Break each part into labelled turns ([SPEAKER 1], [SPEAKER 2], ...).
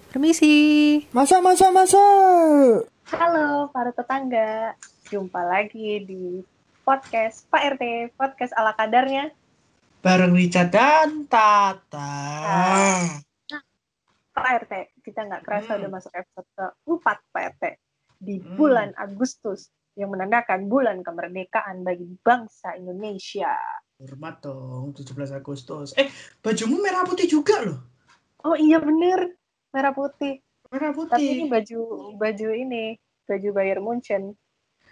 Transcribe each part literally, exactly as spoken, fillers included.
[SPEAKER 1] Permisi.
[SPEAKER 2] Masa, masa, masa.
[SPEAKER 3] Halo para tetangga, jumpa lagi di podcast Pak R T, podcast ala kadarnya.
[SPEAKER 2] Bareng Richard dan Tata.
[SPEAKER 3] Nah, Pak R T, kita nggak kerasa
[SPEAKER 2] Hmm.
[SPEAKER 3] udah masuk episode keempat Pak R T. Di
[SPEAKER 2] Hmm.
[SPEAKER 3] bulan Agustus, yang menandakan bulan kemerdekaan bagi bangsa Indonesia.
[SPEAKER 2] Hormat dong, tujuh belas Agustus. Eh, bajumu merah putih juga loh.
[SPEAKER 3] Oh iya bener, merah putih.
[SPEAKER 2] Merah putih.
[SPEAKER 3] Tapi ini baju baju ini, baju Bayern Munchen.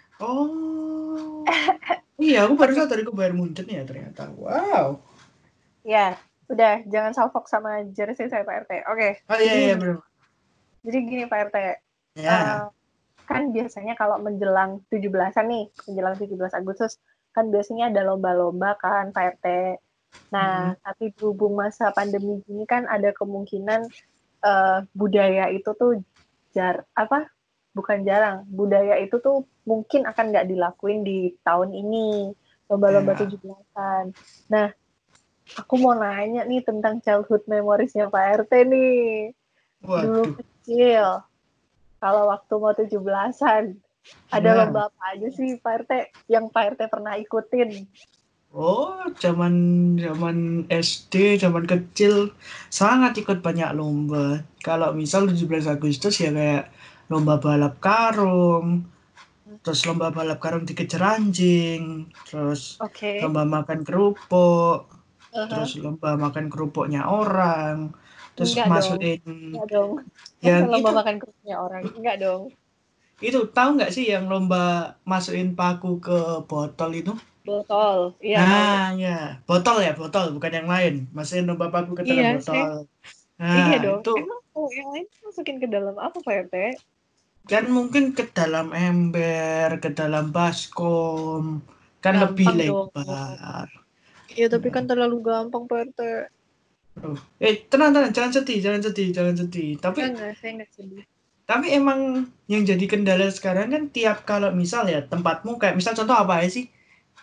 [SPEAKER 2] Oh. Iya, aku baru sadar aku Bayern Munchen ya ternyata. Wow.
[SPEAKER 3] Ya, udah jangan salfok sama jersey saya Pak R T. Oke. Okay.
[SPEAKER 2] Oh iya, iya benar.
[SPEAKER 3] Jadi gini Pak R T.
[SPEAKER 2] Ya.
[SPEAKER 3] Uh, kan biasanya kalau menjelang tujuh belasan nih, menjelang tujuh belas Agustus, kan biasanya ada lomba-lomba kan Pak R T. Nah, hmm. tapi berhubung masa pandemi ini kan ada kemungkinan uh, budaya itu tuh jar apa? Bukan jarang, budaya itu tuh mungkin akan nggak dilakuin di tahun ini, lomba-lomba
[SPEAKER 2] Ya.
[SPEAKER 3] tujuh belasan. Nah, aku mau nanya nih tentang childhood memoriesnya Pak R T nih.
[SPEAKER 2] Waduh.
[SPEAKER 3] Dulu kecil, kalau waktu mau tujuh belasan, ada
[SPEAKER 2] ya.
[SPEAKER 3] lomba apa aja sih Pak R T yang Pak R T pernah ikutin?
[SPEAKER 2] Oh, zaman zaman S D, zaman kecil sangat ikut banyak lomba. Kalau misal tujuh belas Agustus ya kayak lomba balap karung, terus lomba balap karung dikejar anjing, terus
[SPEAKER 3] okay.
[SPEAKER 2] lomba makan kerupuk,
[SPEAKER 3] uh-huh.
[SPEAKER 2] terus lomba makan kerupuknya orang, terus
[SPEAKER 3] Enggak
[SPEAKER 2] masukin
[SPEAKER 3] dong. Enggak dong.
[SPEAKER 2] yang
[SPEAKER 3] lomba
[SPEAKER 2] itu
[SPEAKER 3] makan kerupuknya orang. Enggak dong.
[SPEAKER 2] Itu tahu nggak sih yang lomba masukin paku ke botol itu?
[SPEAKER 3] Botol, iya
[SPEAKER 2] nah,
[SPEAKER 3] tahu.
[SPEAKER 2] ya, botol ya, botol, bukan yang lain. Masukin lomba paku ke dalam
[SPEAKER 3] iya,
[SPEAKER 2] botol.
[SPEAKER 3] Saya...
[SPEAKER 2] Nah,
[SPEAKER 3] iya dong.
[SPEAKER 2] itu.
[SPEAKER 3] Emang oh, yang lain masukin ke dalam apa Pak R T?
[SPEAKER 2] Kan mungkin ke dalam ember, ke dalam baskom, kan
[SPEAKER 3] gampang
[SPEAKER 2] lebih
[SPEAKER 3] dong.
[SPEAKER 2] lebar.
[SPEAKER 3] Iya, tapi kan terlalu gampang Pak R T.
[SPEAKER 2] Oh. Eh, tenang, tenang, jangan sedih, jangan sedih, jangan sedih. Tapi
[SPEAKER 3] enggak, saya enggak sedih.
[SPEAKER 2] Tapi emang yang jadi kendala sekarang kan tiap kalau misal ya tempatmu kayak misal contoh apa ya sih?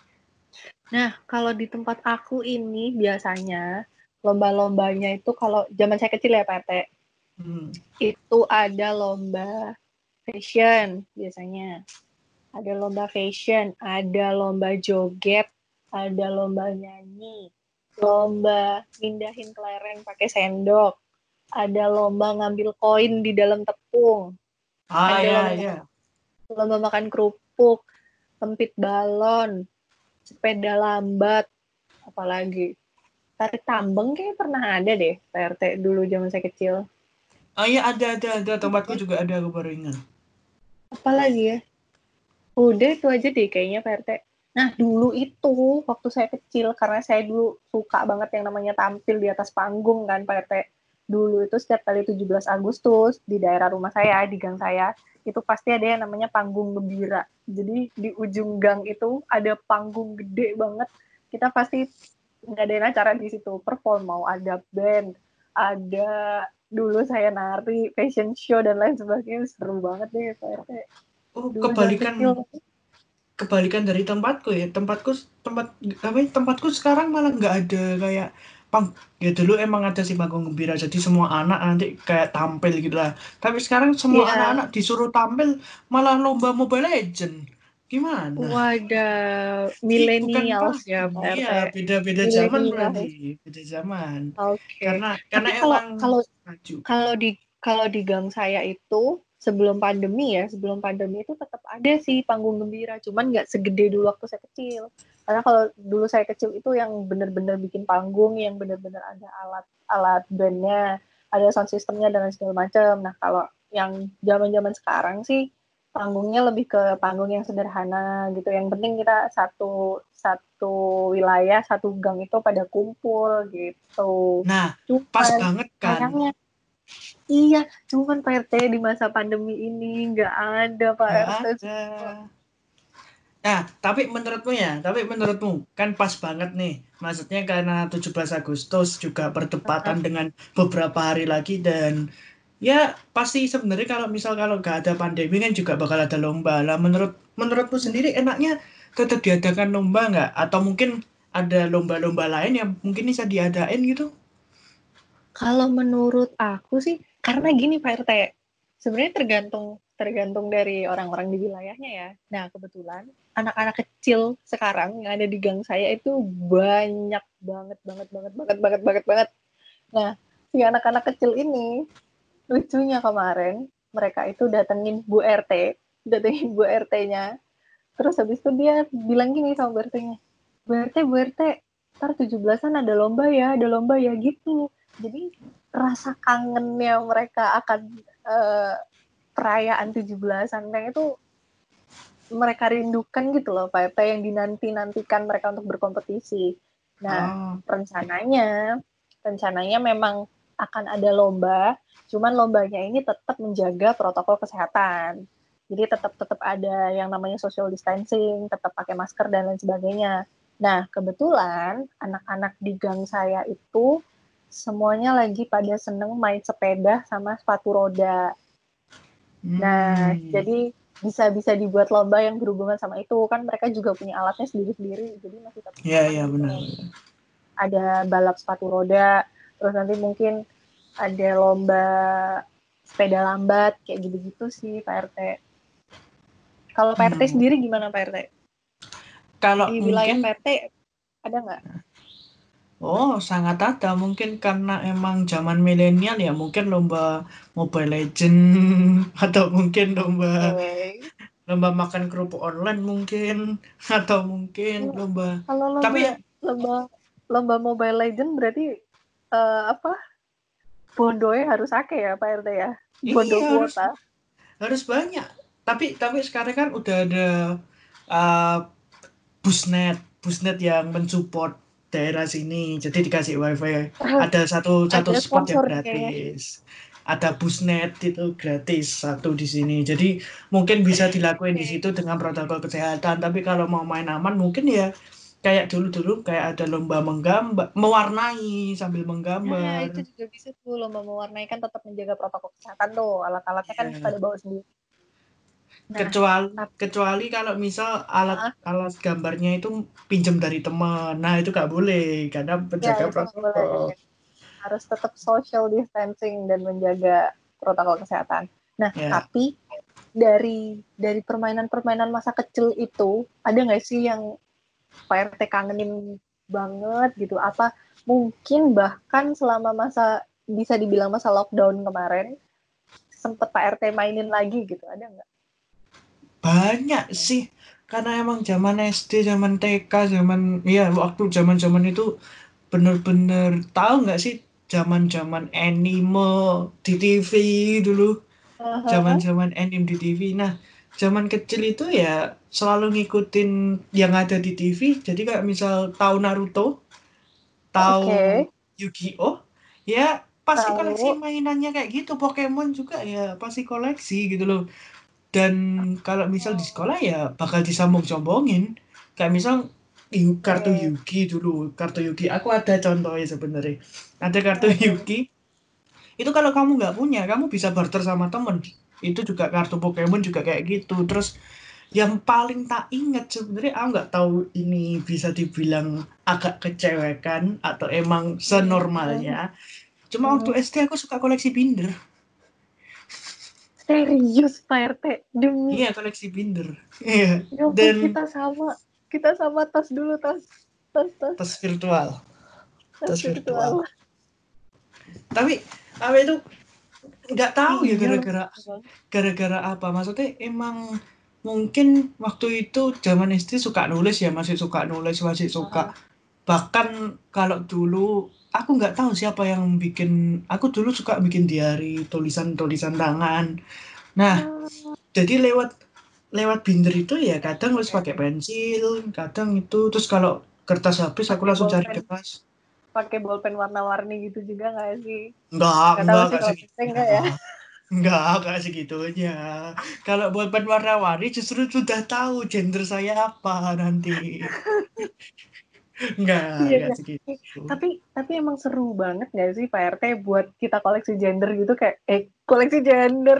[SPEAKER 3] Nah, kalau di tempat aku ini biasanya lomba-lombanya itu kalau zaman saya kecil ya Pak R T, hmm. itu ada lomba fashion biasanya. Ada lomba fashion, ada lomba joget, ada lomba nyanyi, lomba mindahin kelereng pakai sendok, ada lomba ngambil koin di dalam tepung,
[SPEAKER 2] ah,
[SPEAKER 3] ada
[SPEAKER 2] ya,
[SPEAKER 3] lomba,
[SPEAKER 2] ya.
[SPEAKER 3] lomba makan kerupuk, tempit balon, sepeda lambat, apalagi tarik tambang kayak pernah ada deh P R T dulu zaman saya kecil.
[SPEAKER 2] Oh iya ada ada ada tempatku juga ada, aku baru ingat.
[SPEAKER 3] Apalagi ya? Udah itu aja deh kayaknya P R T. Nah dulu itu waktu saya kecil karena saya dulu suka banget yang namanya tampil di atas panggung kan P R T. Dulu itu setiap kali tujuh belas Agustus di daerah rumah saya, di gang saya, itu pasti ada yang namanya panggung gembira. Jadi di ujung gang itu ada panggung gede banget. Kita pasti ngadain acara di situ, perform, mau ada band, ada dulu saya nari, fashion show dan lain sebagainya, seru banget deh P R T.
[SPEAKER 2] Oh,
[SPEAKER 3] dulu
[SPEAKER 2] kebalikan kebalikan dari tempatku ya. Tempatku tempat apa tempatku sekarang malah nggak ada kayak pang ya dulu emang ada sih panggung gembira, jadi semua anak nanti kayak tampil gitu lah. Tapi sekarang semua
[SPEAKER 3] yeah.
[SPEAKER 2] anak-anak disuruh tampil malah lomba Mobile Legend. Gimana?
[SPEAKER 3] Wadah, milenials ya Pak R T.
[SPEAKER 2] Iya, beda-beda zaman berarti, beda zaman.
[SPEAKER 3] Oke. Okay.
[SPEAKER 2] Karena karena
[SPEAKER 3] Tapi kalau
[SPEAKER 2] emang
[SPEAKER 3] kalau
[SPEAKER 2] maju.
[SPEAKER 3] Kalau di kalau di gang saya itu sebelum pandemi ya, sebelum pandemi itu tetap ada sih panggung gembira, cuman nggak segede dulu waktu saya kecil. Karena kalau dulu saya kecil itu yang benar-benar bikin panggung, yang benar-benar ada alat-alat bandnya, ada sound systemnya dan segala macam. Nah kalau yang zaman-zaman sekarang sih panggungnya lebih ke panggung yang sederhana gitu. Yang penting kita satu satu wilayah, satu gang itu pada kumpul gitu.
[SPEAKER 2] Nah, cuman, pas banget kan.
[SPEAKER 3] Sayangnya, iya, cuman P R T di masa pandemi ini nggak ada Pak
[SPEAKER 2] Nggak
[SPEAKER 3] R T.
[SPEAKER 2] ada. Nah, tapi menurutmu ya, tapi menurutmu kan pas banget nih. Maksudnya karena tujuh belas Agustus juga bertepatan uh-huh. dengan beberapa hari lagi dan ya pasti sebenarnya kalau misal kalau nggak ada pandemi kan juga bakal ada lomba lah. Menurut menurutmu sendiri enaknya tetap diadakan lomba nggak? Atau mungkin ada lomba-lomba lain yang mungkin bisa diadain gitu?
[SPEAKER 3] Kalau menurut aku sih Karena gini Pak R T, sebenarnya tergantung tergantung dari orang-orang di wilayahnya ya. Nah kebetulan anak-anak kecil sekarang yang ada di gang saya itu banyak banget banget banget banget banget banget banget. Nah si anak-anak kecil ini lucunya kemarin mereka itu datengin Bu R T, datengin Bu R T-nya. Terus habis itu dia bilang gini sama Bu R T-nya, Bu R T, Bu R T, ntar tujuh belasan ada lomba ya, ada lomba ya gitu. Jadi rasa kangennya mereka akan uh, perayaan tujuh belasan yang itu mereka rindukan gitu loh, Pak R T, yang dinanti-nantikan mereka untuk berkompetisi. Nah,
[SPEAKER 2] Oh.
[SPEAKER 3] rencananya, rencananya memang akan ada lomba, cuman lombanya ini tetap menjaga protokol kesehatan. Jadi tetap tetap ada yang namanya social distancing, tetap pakai masker dan lain sebagainya. Nah, kebetulan anak-anak di gang saya itu semuanya lagi pada seneng main sepeda sama sepatu roda. Nah,
[SPEAKER 2] Hmm.
[SPEAKER 3] jadi bisa-bisa dibuat lomba yang berhubungan sama itu. Kan mereka juga punya alatnya sendiri-sendiri, jadi masih tetap
[SPEAKER 2] Iya,
[SPEAKER 3] aman
[SPEAKER 2] iya
[SPEAKER 3] gitu.
[SPEAKER 2] benar.
[SPEAKER 3] Ada balap sepatu roda, terus nanti mungkin ada lomba sepeda lambat, kayak gitu-gitu sih Pak R T. Kalau Pak R T
[SPEAKER 2] Hmm.
[SPEAKER 3] sendiri gimana Pak R T?
[SPEAKER 2] Kalau
[SPEAKER 3] Di wilayah
[SPEAKER 2] mungkin
[SPEAKER 3] Pak R T ada nggak?
[SPEAKER 2] Oh, sangat ada. Mungkin karena emang zaman milenial ya, mungkin lomba Mobile Legend atau mungkin lomba
[SPEAKER 3] Okay.
[SPEAKER 2] lomba makan kerupuk online mungkin atau mungkin lomba.
[SPEAKER 3] Kalau lomba
[SPEAKER 2] Tapi
[SPEAKER 3] lomba lomba Mobile Legend berarti uh, apa? Bondonya harus ake ya Pak R T ya? Bondo
[SPEAKER 2] iya harus
[SPEAKER 3] kuota.
[SPEAKER 2] harus banyak. Tapi tapi sekarang kan udah ada uh, busnet, busnet yang mensupport daerah sini. Jadi dikasih wifi. Ada satu satu
[SPEAKER 3] Ada
[SPEAKER 2] spot yang
[SPEAKER 3] sponsor kayaknya.
[SPEAKER 2] gratis. Ada busnet itu gratis satu di sini. Jadi mungkin bisa dilakuin di
[SPEAKER 3] Okay.
[SPEAKER 2] situ dengan protokol kesehatan. Tapi kalau mau main aman mungkin ya kayak dulu-dulu kayak ada lomba menggambar, mewarnai sambil
[SPEAKER 3] Nah, itu
[SPEAKER 2] menggambar.
[SPEAKER 3] juga bisa tuh lomba mewarnai kan tetap menjaga protokol kesehatan tuh. Alat-alatnya kan
[SPEAKER 2] Ya.
[SPEAKER 3] pada bawa sendiri. Nah,
[SPEAKER 2] Kecuali
[SPEAKER 3] tapi
[SPEAKER 2] kecuali kalau misal alat
[SPEAKER 3] uh,
[SPEAKER 2] alat gambarnya itu pinjam dari teman. Nah, itu nggak boleh karena
[SPEAKER 3] ya
[SPEAKER 2] penjaga
[SPEAKER 3] itu nggak boleh.
[SPEAKER 2] protokol.
[SPEAKER 3] Harus tetap social distancing dan menjaga protokol kesehatan. Nah,
[SPEAKER 2] Ya.
[SPEAKER 3] tapi dari dari permainan-permainan masa kecil itu ada nggak sih yang Pak R T kangenin banget gitu? Apa mungkin bahkan selama masa bisa dibilang masa lockdown kemarin sempet Pak R T mainin lagi gitu? Ada nggak?
[SPEAKER 2] Banyak sih. Karena emang zaman S D, zaman T K, zaman ya waktu zaman-zaman itu bener-bener tahu nggak sih zaman-zaman anime di T V dulu.
[SPEAKER 3] Uh-huh.
[SPEAKER 2] Zaman-zaman anime di T V. Nah, zaman kecil itu ya selalu ngikutin yang ada di T V. Jadi kayak misal tahu Naruto, tahu
[SPEAKER 3] Oke,
[SPEAKER 2] Yu-Gi-Oh, ya pasti koleksi
[SPEAKER 3] tahu.
[SPEAKER 2] mainannya kayak gitu. Pokemon juga ya pasti koleksi gitu loh. Dan kalau misal di
[SPEAKER 3] Oh,
[SPEAKER 2] sekolah ya bakal disombong-sombongin. Kayak misal Yu- kartu
[SPEAKER 3] oke.
[SPEAKER 2] Yugi dulu, kartu Yugi. Aku ada contohnya sebenarnya. Ada kartu
[SPEAKER 3] Oke.
[SPEAKER 2] Yugi. Itu kalau kamu nggak punya, kamu bisa barter sama temen. Itu juga kartu Pokemon juga kayak gitu. Terus yang paling tak inget sebenarnya aku nggak tahu ini bisa dibilang agak kecewekan atau emang
[SPEAKER 3] Hmm.
[SPEAKER 2] senormalnya. Cuma waktu
[SPEAKER 3] Hmm.
[SPEAKER 2] S D aku suka koleksi binder.
[SPEAKER 3] Serius Pak R T demi
[SPEAKER 2] Iya, koleksi binder. Iya.
[SPEAKER 3] ya ampun
[SPEAKER 2] Dan
[SPEAKER 3] kita sama kita sama tas dulu tas tas tas
[SPEAKER 2] tas virtual,
[SPEAKER 3] tas
[SPEAKER 2] tas virtual.
[SPEAKER 3] virtual.
[SPEAKER 2] Tapi apa itu nggak tahu ya
[SPEAKER 3] Iya loh.
[SPEAKER 2] gara-gara gara-gara apa? Maksudnya emang mungkin waktu itu zaman S D suka nulis ya, masih suka nulis, masih suka.
[SPEAKER 3] Aha.
[SPEAKER 2] Bahkan kalau dulu aku nggak tahu siapa yang bikin. Aku dulu suka bikin diary, tulisan-tulisan tangan. Nah,
[SPEAKER 3] Ah,
[SPEAKER 2] jadi lewat lewat binder itu ya kadang harus
[SPEAKER 3] oke.
[SPEAKER 2] pakai pensil, kadang itu terus kalau kertas habis aku
[SPEAKER 3] Pakai
[SPEAKER 2] langsung cari
[SPEAKER 3] bolpen
[SPEAKER 2] kertas.
[SPEAKER 3] pakai bolpen warna-warni gitu juga nggak sih?
[SPEAKER 2] Enggak,
[SPEAKER 3] Nggak tahu
[SPEAKER 2] enggak,
[SPEAKER 3] sih
[SPEAKER 2] enggak
[SPEAKER 3] kalau kita
[SPEAKER 2] segitunya.
[SPEAKER 3] enggak ya.
[SPEAKER 2] Enggak, enggak segitunya. Kalau bolpen warna-warni justru sudah tahu gender saya apa nanti. Enggak,
[SPEAKER 3] Iya
[SPEAKER 2] enggak
[SPEAKER 3] ya.
[SPEAKER 2] segitu.
[SPEAKER 3] Tapi tapi emang seru banget nggak sih Pak R T buat kita koleksi gender gitu kayak eh koleksi gender.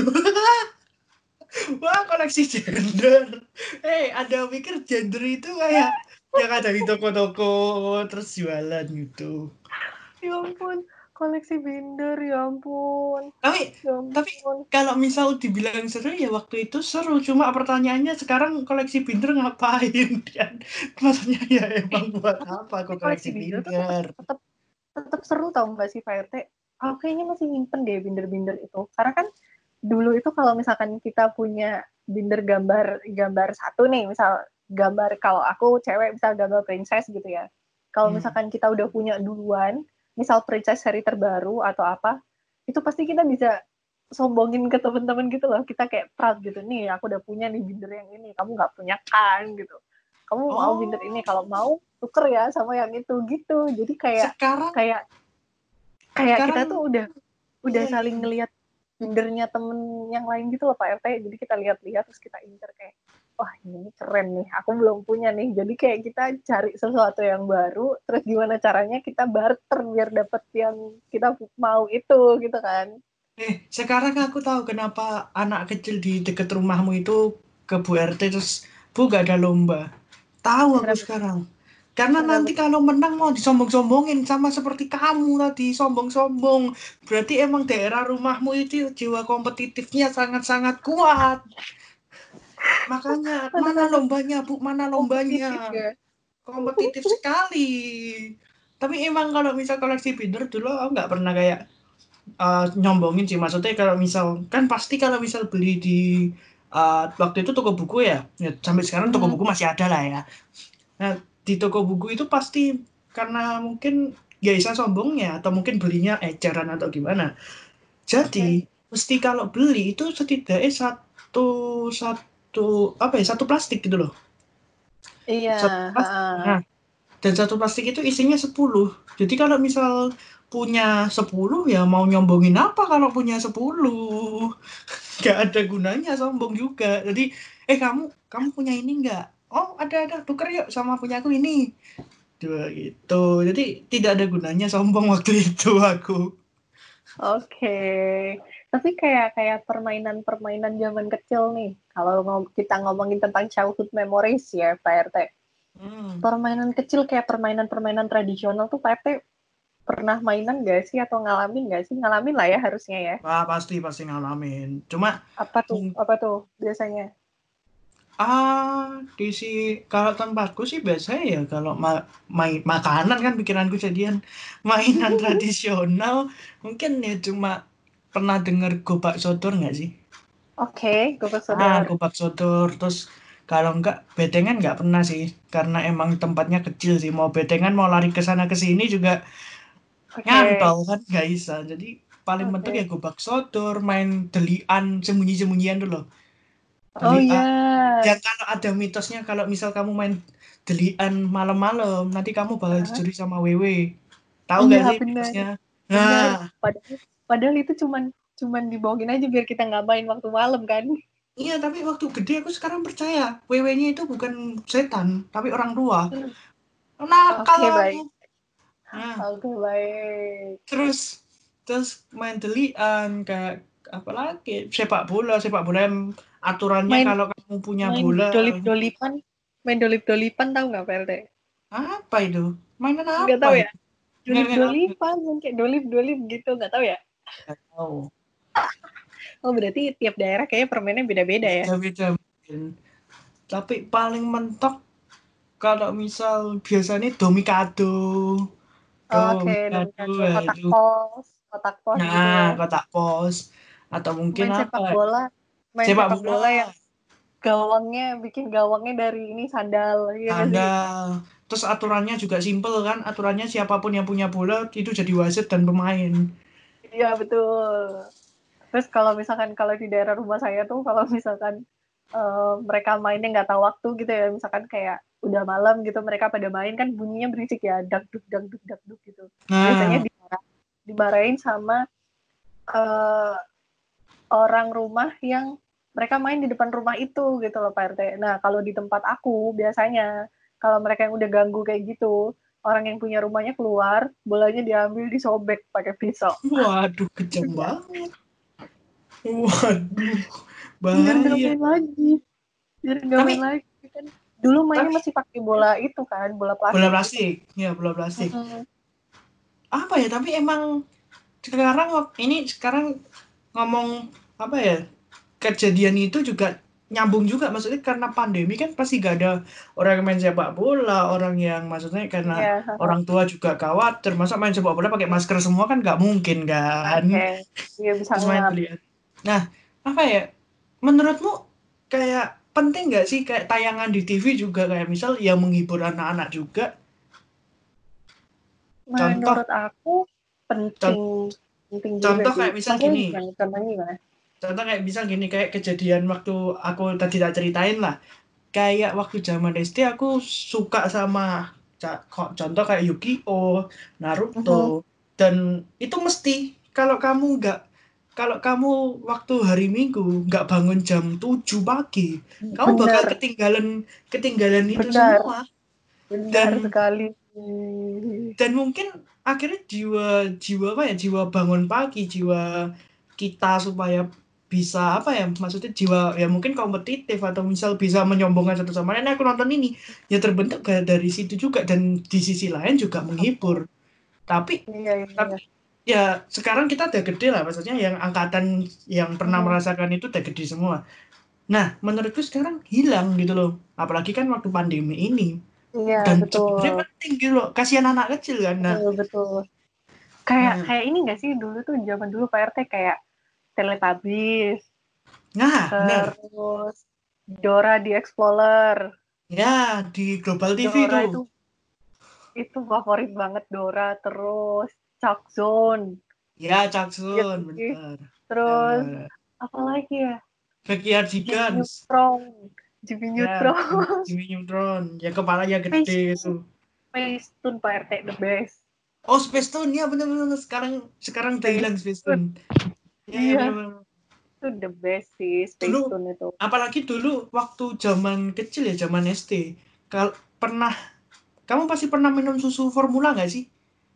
[SPEAKER 2] Wah, koleksi gender. Eh, ada pikir gender itu kayak yang ada di toko-toko terus jualan gitu.
[SPEAKER 3] Ya ampun, koleksi binder, ya ampun.
[SPEAKER 2] Tapi
[SPEAKER 3] Ya
[SPEAKER 2] tapi
[SPEAKER 3] ampun.
[SPEAKER 2] kalau misal dibilang seru ya waktu itu seru, cuma pertanyaannya sekarang koleksi binder ngapain kan? Maksudnya ya
[SPEAKER 3] Eh,
[SPEAKER 2] emang buat
[SPEAKER 3] tapi,
[SPEAKER 2] apa
[SPEAKER 3] tapi
[SPEAKER 2] aku
[SPEAKER 3] koleksi
[SPEAKER 2] koleksi
[SPEAKER 3] binder tuh tetap
[SPEAKER 2] binder?
[SPEAKER 3] tetap tetap seru tau nggak sih Pak R T? Aku kayaknya masih nyimpen deh binder-binder itu. Karena kan dulu itu kalau misalkan kita punya binder gambar gambar satu nih, misal gambar kalau aku cewek misal gambar princess gitu ya. Kalau
[SPEAKER 2] Hmm.
[SPEAKER 3] misalkan kita udah punya duluan, misal princess seri terbaru atau apa, itu pasti kita bisa sombongin ke temen-temen gitu loh. Kita kayak proud gitu, nih aku udah punya nih binder yang ini, kamu nggak punya kan gitu. Kamu mau binder ini,
[SPEAKER 2] Oh,
[SPEAKER 3] kalau mau tuker ya sama yang itu gitu. Jadi kayak
[SPEAKER 2] sekarang
[SPEAKER 3] kayak kayak kita
[SPEAKER 2] sekarang
[SPEAKER 3] tuh udah udah
[SPEAKER 2] iya iya.
[SPEAKER 3] saling ngelihat bindernya temen yang lain gitu loh Pak R T. Jadi kita lihat-lihat terus kita incer kayak, wah ini keren nih, aku belum punya nih. Jadi kayak kita cari sesuatu yang baru, terus gimana caranya kita barter biar dapet yang kita mau itu gitu kan.
[SPEAKER 2] Eh, sekarang aku tahu kenapa anak kecil di dekat rumahmu itu ke Bu R T terus Bu gak ada lomba. Tahu aku
[SPEAKER 3] Kenapa?
[SPEAKER 2] sekarang. Karena
[SPEAKER 3] Kenapa
[SPEAKER 2] nanti
[SPEAKER 3] tuh?
[SPEAKER 2] kalau menang mau disombong-sombongin sama seperti kamu tadi, sombong-sombong. Berarti emang daerah rumahmu itu jiwa kompetitifnya sangat-sangat kuat. Makanya, mana
[SPEAKER 3] Anak-anak
[SPEAKER 2] lombanya, Bu? Mana lombanya?
[SPEAKER 3] kompetitif ya.
[SPEAKER 2] Kompetitif sekali. Tapi emang kalau misal koleksi binder dulu aku nggak pernah kayak uh, nyombongin sih. Maksudnya kalau misal, kan pasti kalau misal beli di uh, waktu itu toko buku ya, ya sampai sekarang toko
[SPEAKER 3] Hmm.
[SPEAKER 2] buku masih ada lah ya. Nah, di toko buku itu pasti karena mungkin ya bisa sombongnya atau mungkin belinya eceran atau gimana. Jadi,
[SPEAKER 3] Oke.
[SPEAKER 2] mesti kalau beli itu setidaknya satu satu apa ya, satu plastik gitu loh.
[SPEAKER 3] Iya.
[SPEAKER 2] Satu plastik.
[SPEAKER 3] Ha.
[SPEAKER 2] Nah, dan satu plastik itu isinya sepuluh. Jadi kalau misal punya sepuluh ya mau nyombongin apa kalau punya sepuluh? Gak ada gunanya sombong juga. Jadi, eh kamu kamu punya ini nggak? Oh ada ada tuker yuk sama punya aku ini. Dua gitu. Jadi tidak ada gunanya sombong waktu itu aku.
[SPEAKER 3] Oke, tapi kayak kayak permainan-permainan zaman kecil nih. Kalau ngom- kita ngomongin tentang childhood memories ya, Pak R T.
[SPEAKER 2] Hmm.
[SPEAKER 3] Permainan kecil kayak permainan-permainan tradisional tuh Pak R T pernah mainan gak sih atau ngalamin gak sih? Ngalamin lah ya harusnya ya.
[SPEAKER 2] Wah, pasti pasti ngalamin. Cuma
[SPEAKER 3] Apa tuh? Apa tuh biasanya?
[SPEAKER 2] ah di si kalau tempatku sih biasanya ya kalau ma- main makanan kan pikiranku jadian mainan tradisional mungkin ya cuma pernah dengar gobak sodor nggak sih?
[SPEAKER 3] Oke, gue
[SPEAKER 2] Ah,
[SPEAKER 3] pesodor.
[SPEAKER 2] gobak sodor. Terus kalau enggak betengan nggak pernah sih karena emang tempatnya kecil sih. Mau betengan mau lari ke sana ke sini juga
[SPEAKER 3] Oke,
[SPEAKER 2] ngantol kan nggak bisa. Jadi paling mentok ya
[SPEAKER 3] oke.
[SPEAKER 2] gobak sodor, main delian sembunyi-sembunyian dulu.
[SPEAKER 3] Oh
[SPEAKER 2] Delian.
[SPEAKER 3] iya.
[SPEAKER 2] Ya kalau ada mitosnya kalau misal kamu main delian malam-malam, nanti kamu bakal
[SPEAKER 3] Hah?
[SPEAKER 2] dicuri sama wewe. Tahu
[SPEAKER 3] Iya
[SPEAKER 2] gak sih
[SPEAKER 3] benar,
[SPEAKER 2] mitosnya?
[SPEAKER 3] benar.
[SPEAKER 2] Nah,
[SPEAKER 3] Padahal, padahal itu cuman cuman dibohongin aja biar kita nggak main waktu malam kan.
[SPEAKER 2] iya tapi waktu gede aku sekarang percaya wewenya itu bukan setan, tapi orang tua. Nakal
[SPEAKER 3] Oke,
[SPEAKER 2] aku.
[SPEAKER 3] baik.
[SPEAKER 2] Nah,
[SPEAKER 3] Oke, baik.
[SPEAKER 2] terus terus main delian kayak apa lagi? Sepak bola, sepak bola yang aturannya
[SPEAKER 3] Main
[SPEAKER 2] kalau kamu punya
[SPEAKER 3] main
[SPEAKER 2] bola
[SPEAKER 3] dolip-dolipan, main dolip-dolipan tahu nggak P R T?
[SPEAKER 2] apa itu? Mainan
[SPEAKER 3] Nggak
[SPEAKER 2] apa
[SPEAKER 3] tahu ya?
[SPEAKER 2] itu? Nggak nggak nggak
[SPEAKER 3] Dolip-dolipan, main kayak dolip-dolip gitu, nggak tahu ya?
[SPEAKER 2] nggak tahu.
[SPEAKER 3] Oh, berarti tiap daerah kayaknya permainnya beda-beda ya?
[SPEAKER 2] Beda-beda mungkin. Tapi paling mentok kalau misal biasanya Domikado.
[SPEAKER 3] Oke,
[SPEAKER 2] Domikado,
[SPEAKER 3] domino, kotak
[SPEAKER 2] aduh.
[SPEAKER 3] pos, kotak pos gitu
[SPEAKER 2] Nah,
[SPEAKER 3] ya.
[SPEAKER 2] kotak pos. Atau mungkin
[SPEAKER 3] Main
[SPEAKER 2] apa?
[SPEAKER 3] sepak bola, main
[SPEAKER 2] Sepak
[SPEAKER 3] sepak
[SPEAKER 2] bola.
[SPEAKER 3] bola yang gawangnya bikin gawangnya dari ini sandal, ya nggak
[SPEAKER 2] Anda.
[SPEAKER 3] sih?
[SPEAKER 2] Terus aturannya juga simple kan? Aturannya siapapun yang punya bola itu jadi wasit dan pemain.
[SPEAKER 3] Iya betul. Terus kalau misalkan kalau di daerah rumah saya tuh kalau misalkan eh, mereka mainnya nggak tahu waktu gitu ya, misalkan kayak udah malam gitu mereka pada main kan bunyinya berisik ya, dak duk dak duk dak duk gitu. Biasanya
[SPEAKER 2] Nah,
[SPEAKER 3] dimarah, dimarahin sama eh, orang rumah yang mereka main di depan rumah itu gitu loh Pak R T. Nah kalau di tempat aku biasanya kalau mereka yang udah ganggu kayak gitu, orang yang punya rumahnya keluar, bolanya diambil disobek pakai pisau.
[SPEAKER 2] waduh kejam banget. Waduh,
[SPEAKER 3] Biar nggak
[SPEAKER 2] bahaya.
[SPEAKER 3] main lagi. Biar nggak main
[SPEAKER 2] Tapi
[SPEAKER 3] lagi kan. Dulu mainnya
[SPEAKER 2] tapi
[SPEAKER 3] masih pakai bola itu kan, bola
[SPEAKER 2] bola
[SPEAKER 3] plastik gitu.
[SPEAKER 2] plastik, ya bola plastik.
[SPEAKER 3] Mm-mm.
[SPEAKER 2] Apa ya? Tapi emang sekarang ini sekarang ngomong apa ya, kejadian itu juga nyambung juga, maksudnya karena pandemi kan pasti gak ada orang yang main sepak bola, orang yang maksudnya karena
[SPEAKER 3] Iya, haha.
[SPEAKER 2] orang tua juga khawatir, masa main sepak bola pakai
[SPEAKER 3] Iya,
[SPEAKER 2] masker semua kan nggak mungkin kan,
[SPEAKER 3] oke. Iya bisa
[SPEAKER 2] terus main
[SPEAKER 3] ngap.
[SPEAKER 2] lihat. Nah, apa ya, menurutmu kayak penting nggak sih kayak tayangan di T V juga kayak misal yang menghibur anak-anak juga, contoh
[SPEAKER 3] Menurut aku
[SPEAKER 2] con-
[SPEAKER 3] penting, penting juga
[SPEAKER 2] contoh
[SPEAKER 3] sih.
[SPEAKER 2] kayak misal
[SPEAKER 3] Maksudnya
[SPEAKER 2] gini.
[SPEAKER 3] gimana? Contohnya gimana?
[SPEAKER 2] Contoh kayak misal gini, kayak kejadian waktu aku tadi tak ceritain lah. Kayak waktu zaman S D aku suka sama ca- kok contoh kayak Yu-Gi-Oh, Naruto,
[SPEAKER 3] Mhm.
[SPEAKER 2] dan itu mesti kalau kamu nggak kalau kamu waktu hari Minggu nggak bangun jam tujuh pagi, kamu bakal
[SPEAKER 3] Benar,
[SPEAKER 2] ketinggalan ketinggalan itu
[SPEAKER 3] benar,
[SPEAKER 2] semua.
[SPEAKER 3] benar
[SPEAKER 2] Dan
[SPEAKER 3] sekali.
[SPEAKER 2] dan mungkin akhirnya jiwa jiwa apa ya, jiwa bangun pagi, jiwa kita supaya bisa apa ya, maksudnya jiwa ya mungkin kompetitif atau misal bisa menyombongkan satu sama lain, aku nonton ini ya terbentuk kayak dari situ juga, dan di sisi lain juga
[SPEAKER 3] Oke.
[SPEAKER 2] menghibur. tapi
[SPEAKER 3] Iya, iya,
[SPEAKER 2] tapi
[SPEAKER 3] iya.
[SPEAKER 2] ya sekarang kita udah gede lah, maksudnya yang angkatan yang pernah
[SPEAKER 3] Mhm.
[SPEAKER 2] merasakan itu udah gede semua. Nah, menurutku sekarang hilang gitu loh, apalagi kan waktu pandemi ini,
[SPEAKER 3] Iya,
[SPEAKER 2] dan
[SPEAKER 3] betul.
[SPEAKER 2] sebenarnya penting gitu loh, kasihan anak kecil kan. Nah,
[SPEAKER 3] Betul, betul. Kayak
[SPEAKER 2] nah,
[SPEAKER 3] kayak ini nggak sih dulu tuh zaman dulu Pak R T kayak Teletubbies,
[SPEAKER 2] nah benar.
[SPEAKER 3] terus Dora the Explorer.
[SPEAKER 2] Ya, di Global T V
[SPEAKER 3] Dora
[SPEAKER 2] tuh.
[SPEAKER 3] itu itu favorit banget Dora, terus Chuck Zone.
[SPEAKER 2] Ya,
[SPEAKER 3] Iya
[SPEAKER 2] Jackson,
[SPEAKER 3] nggak sih?
[SPEAKER 2] bener.
[SPEAKER 3] Terus
[SPEAKER 2] Ya,
[SPEAKER 3] apa lagi ya?
[SPEAKER 2] Backyard
[SPEAKER 3] Jimmy
[SPEAKER 2] Gigants.
[SPEAKER 3] Neutron. Jimmy
[SPEAKER 2] Ya,
[SPEAKER 3] Neutron.
[SPEAKER 2] Jimmy Neutron. Ya, kepalanya gede
[SPEAKER 3] Space
[SPEAKER 2] itu.
[SPEAKER 3] Space Tune Pak R T the best.
[SPEAKER 2] Oh, Space Tune. Ya, bener-bener. Sekarang sekarang udah
[SPEAKER 3] Space
[SPEAKER 2] hilang Space
[SPEAKER 3] Tune.
[SPEAKER 2] Tune. Ya, ya,
[SPEAKER 3] Iya,
[SPEAKER 2] bener-bener.
[SPEAKER 3] itu the best sih Space
[SPEAKER 2] Dulu,
[SPEAKER 3] Tune itu.
[SPEAKER 2] apalagi dulu waktu zaman kecil ya, zaman S D. Kalau pernah, kamu pasti pernah minum susu formula nggak sih?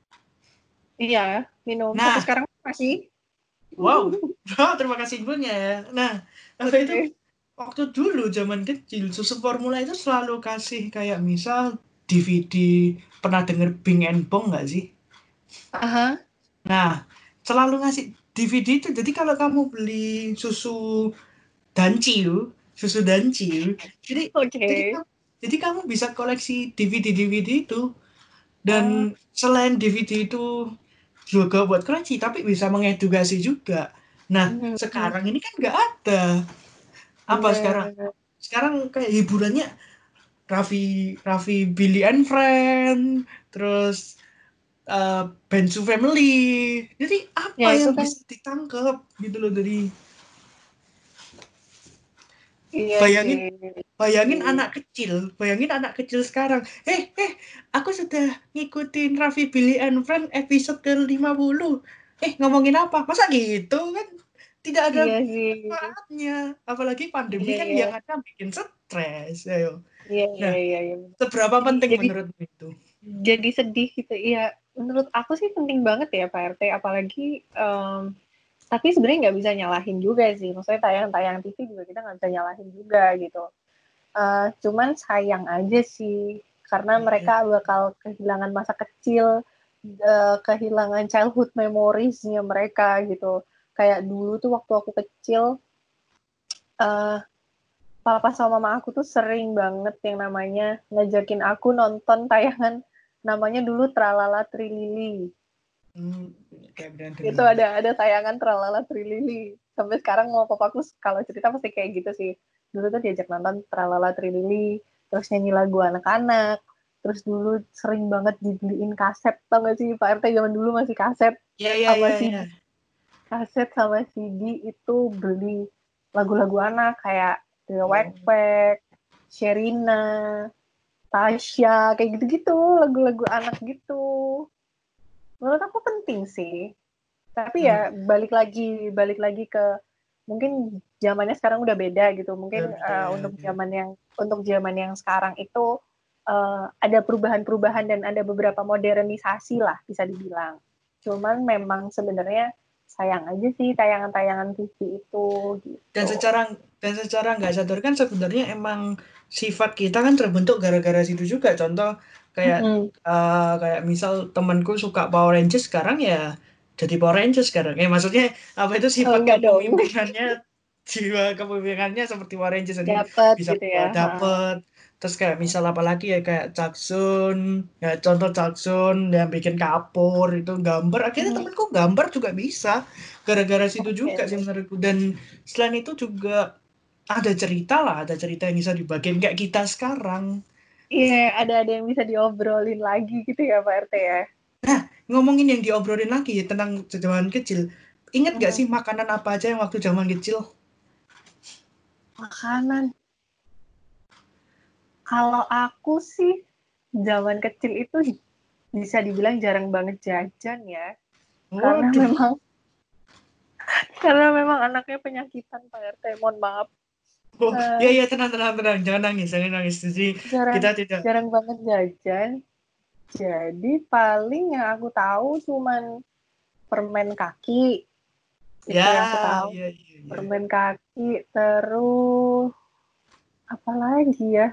[SPEAKER 3] Iya, minum sampai
[SPEAKER 2] Nah,
[SPEAKER 3] sekarang masih.
[SPEAKER 2] wow. Wow, terima kasih infonya ya. Nah, apa itu?
[SPEAKER 3] Oke.
[SPEAKER 2] Waktu dulu zaman kecil susu formula itu selalu kasih kayak misal D V D, pernah denger Bing and Bong nggak sih?
[SPEAKER 3] Aha,
[SPEAKER 2] Nah, selalu ngasih D V D itu, jadi kalau kamu beli susu Danciu, susu Danciu, jadi jadi
[SPEAKER 3] oke.
[SPEAKER 2] kamu jadi kamu bisa koleksi D V D D V D itu,
[SPEAKER 3] Oh,
[SPEAKER 2] dan selain D V D itu juga buat koleksi tapi bisa mengedukasi juga. Nah,
[SPEAKER 3] mhm, mhm.
[SPEAKER 2] sekarang ini kan nggak ada. Apa sekarang?
[SPEAKER 3] Bener.
[SPEAKER 2] Sekarang kayak hiburannya Raffi Raffi Billy and Friend, terus uh, Bensu Family. Jadi
[SPEAKER 3] Ya
[SPEAKER 2] apa
[SPEAKER 3] itu
[SPEAKER 2] yang
[SPEAKER 3] kan,
[SPEAKER 2] bisa ditangkap gitu loh dari,
[SPEAKER 3] iya sih.
[SPEAKER 2] bayangin bayangin
[SPEAKER 3] Sih.
[SPEAKER 2] anak kecil, bayangin anak kecil sekarang. Eh eh aku sudah ngikutin Raffi Billy and Friend episode ke lima puluh. Eh ngomongin apa? Masa gitu kan? Tidak ada
[SPEAKER 3] Iya sih.
[SPEAKER 2] manfaatnya. Apalagi pandemi
[SPEAKER 3] Iya,
[SPEAKER 2] kan
[SPEAKER 3] iya.
[SPEAKER 2] yang ada bikin stres. Ayo.
[SPEAKER 3] Iya, iya,
[SPEAKER 2] Nah,
[SPEAKER 3] iya, iya.
[SPEAKER 2] seberapa
[SPEAKER 3] Jadi
[SPEAKER 2] penting
[SPEAKER 3] jadi
[SPEAKER 2] menurutmu itu?
[SPEAKER 3] jadi sedih gitu. Iya, menurut aku sih penting banget ya Pak R T. Apalagi, em, tapi sebenarnya nggak bisa nyalahin juga sih. Maksudnya tayang-tayang T V juga kita nggak bisa nyalahin juga gitu. Eh, cuman sayang aja sih, karena
[SPEAKER 2] Ya, ya.
[SPEAKER 3] mereka bakal kehilangan masa kecil, eh, kehilangan childhood memories-nya mereka gitu. Kayak dulu tuh waktu aku kecil, eh, papa sama mama aku tuh sering banget yang namanya ngajakin aku nonton tayangan namanya dulu Tralala Trilili.
[SPEAKER 2] Hmm, kayak benar
[SPEAKER 3] Itu
[SPEAKER 2] dengar.
[SPEAKER 3] ada ada tayangan Tralala Trilili. Sampai sekarang mau papaku kalau cerita pasti kayak gitu sih. Dulu tuh diajak nonton Tralala Trilili, terus nyanyi lagu anak-anak. Terus dulu sering banget dibeliin kaset, tau gak sih Pak R T zaman dulu masih kaset
[SPEAKER 2] Ya, ya,
[SPEAKER 3] sama
[SPEAKER 2] ya,
[SPEAKER 3] C D.
[SPEAKER 2] ya.
[SPEAKER 3] Kaset sama C D itu beli lagu-lagu anak kayak The
[SPEAKER 2] Oh.
[SPEAKER 3] Wetback, Sherina, Tasya, kayak gitu-gitu, lagu-lagu anak gitu. Menurut aku penting sih. Tapi
[SPEAKER 2] Nah,
[SPEAKER 3] ya balik lagi, balik lagi ke mungkin zamannya sekarang udah beda gitu.
[SPEAKER 2] udah
[SPEAKER 3] Mungkin
[SPEAKER 2] beda
[SPEAKER 3] uh,
[SPEAKER 2] ya.
[SPEAKER 3] untuk
[SPEAKER 2] Ya.
[SPEAKER 3] zaman yang untuk zaman yang sekarang itu uh, ada perubahan-perubahan dan ada beberapa modernisasi lah bisa dibilang. Cuman memang sebenarnya sayang aja sih tayangan-tayangan T V itu
[SPEAKER 2] Dan
[SPEAKER 3] gitu.
[SPEAKER 2] secara dan secara nggak sadar kan sebenarnya emang sifat kita kan terbentuk gara-gara situ juga. Contoh kayak
[SPEAKER 3] Mm-mm.
[SPEAKER 2] eh, kayak misal temanku suka Power Rangers sekarang ya, jadi Power Rangers sekarang. Eh maksudnya apa itu
[SPEAKER 3] Oh,
[SPEAKER 2] sifat
[SPEAKER 3] enggak dong.
[SPEAKER 2] kepemimpinannya, jiwa kepemimpinannya seperti Power Rangers, jadi
[SPEAKER 3] Dapat
[SPEAKER 2] bisa
[SPEAKER 3] gitu ya. Ha.
[SPEAKER 2] dapet. Terus kayak misal apa lagi ya, kayak Jaksun, ya contoh Jaksun yang bikin kapur itu gambar. Akhirnya
[SPEAKER 3] Mhm.
[SPEAKER 2] temenku gambar juga bisa, gara-gara situ juga sih
[SPEAKER 3] Oke.
[SPEAKER 2] menurutku. Dan selain itu juga ada cerita lah, ada cerita yang bisa dibagiin kayak kita sekarang.
[SPEAKER 3] Iya, ada-ada yang bisa diobrolin lagi gitu ya Pak R T ya.
[SPEAKER 2] Nah, ngomongin yang diobrolin lagi ya, tentang zaman kecil. Ingat gak
[SPEAKER 3] Mhm.
[SPEAKER 2] sih makanan apa aja yang waktu zaman kecil?
[SPEAKER 3] Makanan. Kalau aku sih zaman kecil itu bisa dibilang jarang banget jajan ya. Karena
[SPEAKER 2] Waduh.
[SPEAKER 3] memang karena memang anaknya penyakitan Pak R T. Mohon maaf.
[SPEAKER 2] Oh, ya
[SPEAKER 3] Eh,
[SPEAKER 2] ya tenang tenang tenang, jangan nangis, jangan nangis. Jadi
[SPEAKER 3] jarang
[SPEAKER 2] kita tidak.
[SPEAKER 3] jarang banget jajan. Jadi paling yang aku tahu cuman permen kaki.
[SPEAKER 2] Ya,
[SPEAKER 3] Itu yang aku tahu.
[SPEAKER 2] ya ya ya.
[SPEAKER 3] Permen kaki, terus apa lagi ya?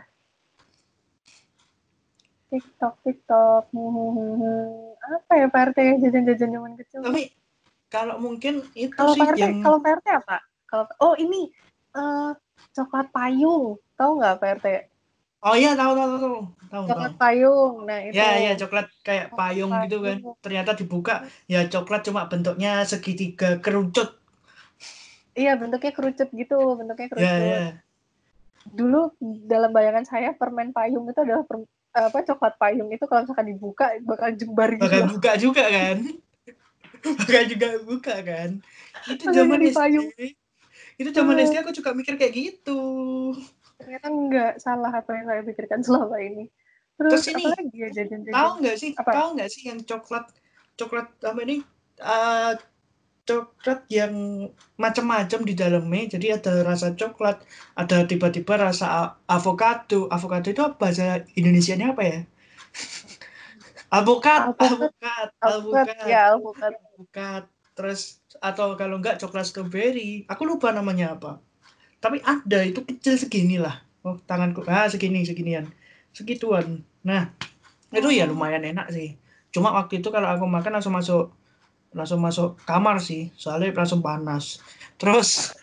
[SPEAKER 3] TikTok, TikTok. Hmm, apa ya Pak R T jajan-jajan zaman kecil tuh?
[SPEAKER 2] Tapi kalau mungkin itu
[SPEAKER 3] Kalau
[SPEAKER 2] sih
[SPEAKER 3] Pak R T,
[SPEAKER 2] yang.
[SPEAKER 3] kalau Pak R T apa? Kalau oh ini uh, coklat payung, tahu nggak Pak R T?
[SPEAKER 2] Oh iya, tahu tahu tahu tahu tahu.
[SPEAKER 3] Coklat payung, nah
[SPEAKER 2] Ya
[SPEAKER 3] itu
[SPEAKER 2] ya, coklat kayak
[SPEAKER 3] coklat
[SPEAKER 2] payung gitu kan.
[SPEAKER 3] payung.
[SPEAKER 2] Ternyata dibuka ya coklat cuma bentuknya segitiga kerucut.
[SPEAKER 3] Iya bentuknya kerucut gitu, bentuknya
[SPEAKER 2] Ya
[SPEAKER 3] kerucut.
[SPEAKER 2] ya.
[SPEAKER 3] Dulu dalam bayangan saya permen payung itu adalah per, apa coklat payung itu kalau misalkan dibuka bakal jembar gitu
[SPEAKER 2] Bakal
[SPEAKER 3] loh.
[SPEAKER 2] buka juga kan. Bakal juga buka kan. Itu
[SPEAKER 3] Bakal
[SPEAKER 2] zaman
[SPEAKER 3] jadi
[SPEAKER 2] S D.
[SPEAKER 3] payung.
[SPEAKER 2] Itu zaman S D
[SPEAKER 3] Uh,
[SPEAKER 2] aku juga mikir kayak gitu.
[SPEAKER 3] ternyata enggak salah apa yang saya pikirkan selama ini. Terus
[SPEAKER 2] Terus ini,
[SPEAKER 3] apa lagi ya
[SPEAKER 2] tahu
[SPEAKER 3] jajan-jajan?
[SPEAKER 2] nggak sih,
[SPEAKER 3] Apa?
[SPEAKER 2] tahu nggak sih yang coklat, coklat apa ini, uh, coklat yang macam-macam di dalamnya. Jadi ada rasa coklat, ada tiba-tiba rasa a- avocado. Avocado itu apa bahasa Indonesianya apa ya? Alpukat,
[SPEAKER 3] Alpukat,
[SPEAKER 2] alpukat,
[SPEAKER 3] alpukat,
[SPEAKER 2] alpukat,
[SPEAKER 3] ya alpukat.
[SPEAKER 2] alpukat. Terus atau kalau nggak coklat strawberry. Aku lupa namanya apa. Tapi ada itu kecil segini lah. Oh, tanganku. Ah, segini, seginian. Segituan. Nah, itu ya
[SPEAKER 3] Hmm.
[SPEAKER 2] lumayan enak sih. Cuma waktu itu kalau aku makan langsung masuk langsung masuk kamar sih, soalnya langsung panas. Terus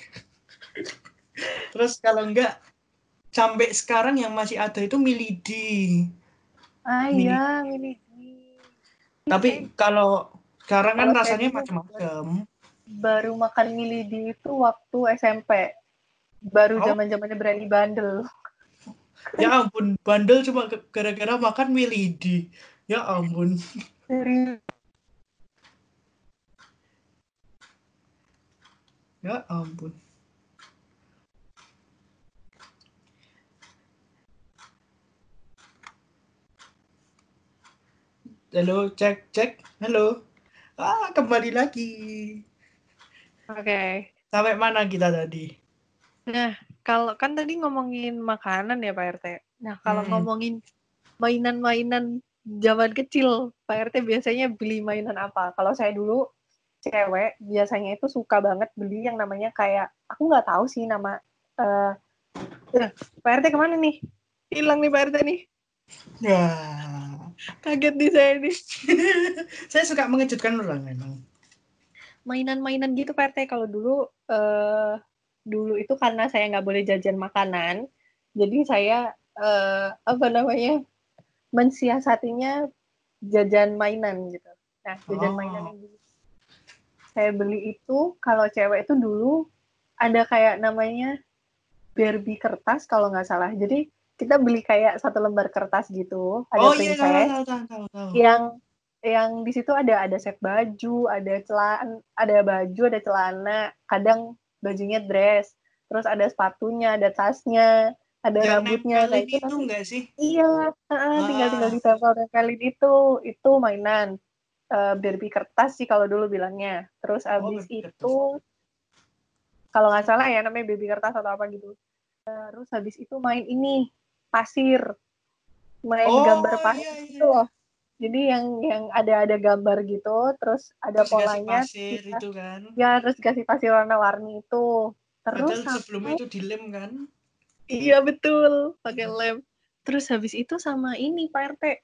[SPEAKER 2] terus kalau enggak, sampai sekarang yang masih ada itu milidi.
[SPEAKER 3] Ah iya,
[SPEAKER 2] Milidi.
[SPEAKER 3] mini.
[SPEAKER 2] Tapi
[SPEAKER 3] Eh,
[SPEAKER 2] kalau sekarang kan
[SPEAKER 3] kalau saya
[SPEAKER 2] rasanya
[SPEAKER 3] dulu
[SPEAKER 2] macam-macam.
[SPEAKER 3] baru makan mie lidi itu waktu S M P. Baru
[SPEAKER 2] Oh,
[SPEAKER 3] zaman-zamannya berani bandel.
[SPEAKER 2] ya ampun, bandel cuma gara-gara makan milidi. Ya ampun.
[SPEAKER 3] Dari
[SPEAKER 2] Ya ampun. Halo, cek, cek. Halo. Ah, kembali lagi.
[SPEAKER 3] Oke. Okay.
[SPEAKER 2] Sampai mana kita tadi?
[SPEAKER 3] Nah, kalau kan tadi ngomongin makanan ya Pak R T. Nah, kalau
[SPEAKER 2] Hmm.
[SPEAKER 3] ngomongin mainan-mainan zaman kecil, Pak R T biasanya beli mainan apa? Kalau saya dulu cewek biasanya itu suka banget beli yang namanya kayak aku nggak tahu sih nama uh, uh, Pak R T kemana nih? Hilang nih Pak R T nih.
[SPEAKER 2] Ya.
[SPEAKER 3] Kaget di saya nih.
[SPEAKER 2] Saya suka mengejutkan orang memang.
[SPEAKER 3] Mainan-mainan gitu Pak R T kalau dulu uh, dulu itu karena saya nggak boleh jajan makanan, jadi saya uh, apa namanya mensiasatinya jajan mainan gitu. Nah, jajan mainan
[SPEAKER 2] Oh,
[SPEAKER 3] yang dulu saya beli itu kalau cewek itu dulu ada kayak namanya Barbie kertas kalau nggak salah. Jadi kita beli kayak satu lembar kertas gitu, ada
[SPEAKER 2] oh iya, tahu
[SPEAKER 3] princess
[SPEAKER 2] tahu tahu tahu tahu.
[SPEAKER 3] yang yang di situ ada ada set baju, ada celana, ada baju, ada celana, kadang bajunya dress, terus ada sepatunya, ada tasnya, ada
[SPEAKER 2] Yang
[SPEAKER 3] rambutnya. Nah
[SPEAKER 2] nempelin
[SPEAKER 3] itu
[SPEAKER 2] itu
[SPEAKER 3] nanti
[SPEAKER 2] enggak sih?
[SPEAKER 3] iya, uh, tinggal tinggal
[SPEAKER 2] Ah,
[SPEAKER 3] ditempel-tempelin itu, itu mainan uh, Barbie kertas sih kalau dulu bilangnya. Terus
[SPEAKER 2] oh
[SPEAKER 3] abis
[SPEAKER 2] Barbie kertas.
[SPEAKER 3] itu kalau nggak salah ya namanya baby kertas atau apa gitu. Terus habis itu main ini pasir, main gambar
[SPEAKER 2] Oh iya
[SPEAKER 3] pasir
[SPEAKER 2] iya
[SPEAKER 3] itu
[SPEAKER 2] iya.
[SPEAKER 3] loh. Jadi yang yang ada ada gambar gitu, terus ada
[SPEAKER 2] Terus dikasih
[SPEAKER 3] polanya,
[SPEAKER 2] pasir
[SPEAKER 3] kita
[SPEAKER 2] itu kan.
[SPEAKER 3] ya terus kasih pasir warna-warni itu. Terus
[SPEAKER 2] Padahal sebelumnya
[SPEAKER 3] sampai
[SPEAKER 2] itu dilem kan.
[SPEAKER 3] iya betul pakai lem. Terus habis itu sama ini Pak R T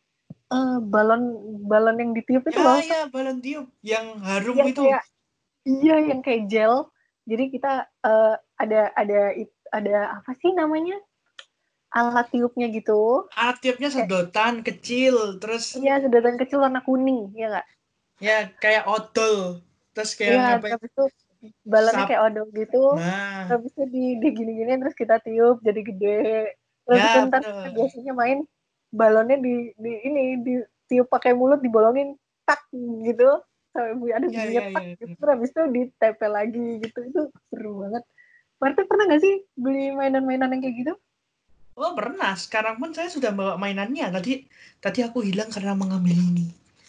[SPEAKER 3] uh, balon balon yang ditiup itu
[SPEAKER 2] Ya,
[SPEAKER 3] loh.
[SPEAKER 2] ya, balon tiup yang harum
[SPEAKER 3] Yang
[SPEAKER 2] itu.
[SPEAKER 3] kayak iya yang kayak gel. Jadi kita uh, ada ada ada apa sih namanya? Alat tiupnya gitu.
[SPEAKER 2] Alat tiupnya
[SPEAKER 3] Kayak
[SPEAKER 2] sedotan kecil, terus
[SPEAKER 3] iya sedotan kecil warna kuning, ya nggak?
[SPEAKER 2] ya kayak odol. Terus kayak
[SPEAKER 3] Iya,
[SPEAKER 2] ngapain
[SPEAKER 3] terus itu balonnya
[SPEAKER 2] sap.
[SPEAKER 3] kayak odol gitu.
[SPEAKER 2] Nah,
[SPEAKER 3] Terus itu di, di gini-gini terus kita tiup jadi gede. Terus itu
[SPEAKER 2] ya
[SPEAKER 3] ntar kita
[SPEAKER 2] bener.
[SPEAKER 3] biasanya main balonnya di di ini ditiup pakai mulut dibolongin tak gitu sampai ada
[SPEAKER 2] Ya,
[SPEAKER 3] bunyinya
[SPEAKER 2] ya,
[SPEAKER 3] tak
[SPEAKER 2] ya.
[SPEAKER 3] gitu. Terus habis itu ditempel lagi gitu. Itu seru banget. Berarti pernah nggak sih beli mainan-mainan yang kayak gitu?
[SPEAKER 2] Oh, pernah. Sekarang pun saya sudah bawa mainannya. Tadi tadi aku hilang karena mengambil ini.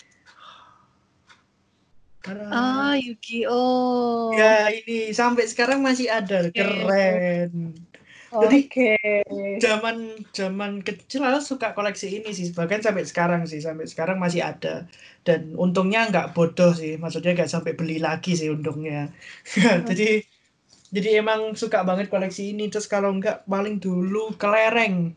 [SPEAKER 2] Karena
[SPEAKER 3] Ah, Yu-Gi-Oh.
[SPEAKER 2] ya ini sampai sekarang masih ada.
[SPEAKER 3] Oke.
[SPEAKER 2] Keren. Jadi
[SPEAKER 3] Oke.
[SPEAKER 2] zaman zaman kecil aku suka koleksi ini sih. Bahkan sampai sekarang sih. Sampai sekarang masih ada. Dan untungnya nggak bodoh sih. Maksudnya nggak sampai beli lagi sih untungnya. Jadi jadi emang suka banget koleksi ini. Terus kalau nggak paling dulu kelereng.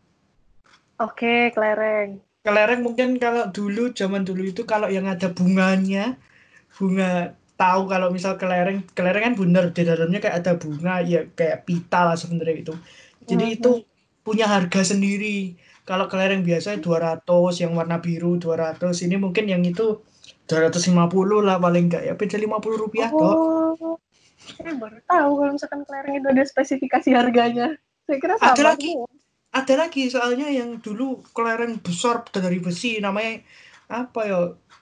[SPEAKER 3] Oke, kelereng.
[SPEAKER 2] Kelereng mungkin kalau dulu, zaman dulu itu kalau yang ada bunganya, bunga tahu kalau misal kelereng, kelereng kan bundar di dalamnya kayak ada bunga, ya kayak pita lah sebenarnya itu. Jadi itu
[SPEAKER 3] Mhm.
[SPEAKER 2] punya harga sendiri. Kalau kelereng biasa dua ratus, yang warna biru dua ratus, ini mungkin yang itu dua ratus lima puluh lah paling enggak ya, beda lima puluh rupiah toh.
[SPEAKER 3] Oh, saya baru tahu kalau misalkan kelereng itu ada spesifikasi harganya. Saya kira
[SPEAKER 2] Ada
[SPEAKER 3] sama
[SPEAKER 2] lagi,
[SPEAKER 3] semua.
[SPEAKER 2] ada lagi soalnya yang dulu kelereng besar dari besi namanya apa ya?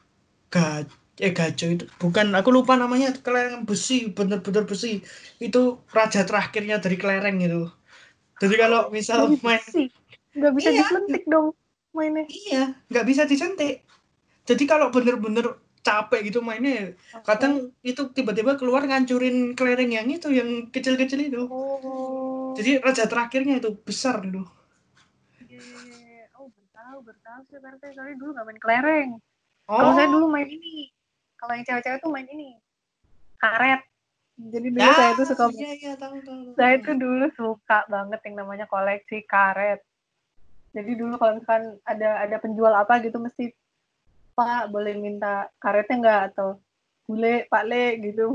[SPEAKER 2] Ga, eh Gajo itu bukan, aku lupa namanya, kelereng besi, bener-bener besi itu, raja terakhirnya dari kelereng itu. Jadi kalau misal
[SPEAKER 3] Dari
[SPEAKER 2] main,
[SPEAKER 3] besi. Nggak bisa
[SPEAKER 2] iya
[SPEAKER 3] diselentik dong mainnya.
[SPEAKER 2] iya nggak bisa disentik. Jadi kalau bener-bener capek gitu mainnya, kadang
[SPEAKER 3] Oke.
[SPEAKER 2] itu tiba-tiba keluar ngancurin kelereng yang itu yang kecil-kecil itu. Jadi
[SPEAKER 3] Oh,
[SPEAKER 2] raja terakhirnya itu besar itu.
[SPEAKER 3] iya, iya, iya, iya. Oh, bertahu, bertahu sih berarti. Soalnya dulu nggak main kelereng. Kalau saya
[SPEAKER 2] Oh
[SPEAKER 3] dulu main ini. Kalau yang cewek-cewek tuh main ini. Karet. Jadi dulu
[SPEAKER 2] ya,
[SPEAKER 3] saya tuh suka,
[SPEAKER 2] iya iya, tahu tahu tahu,
[SPEAKER 3] saya
[SPEAKER 2] tahu.
[SPEAKER 3] tuh dulu suka banget yang namanya koleksi karet. Jadi dulu kalau misalkan ada ada penjual apa gitu mesti Pak boleh minta karetnya nggak atau bule Pak Le gitu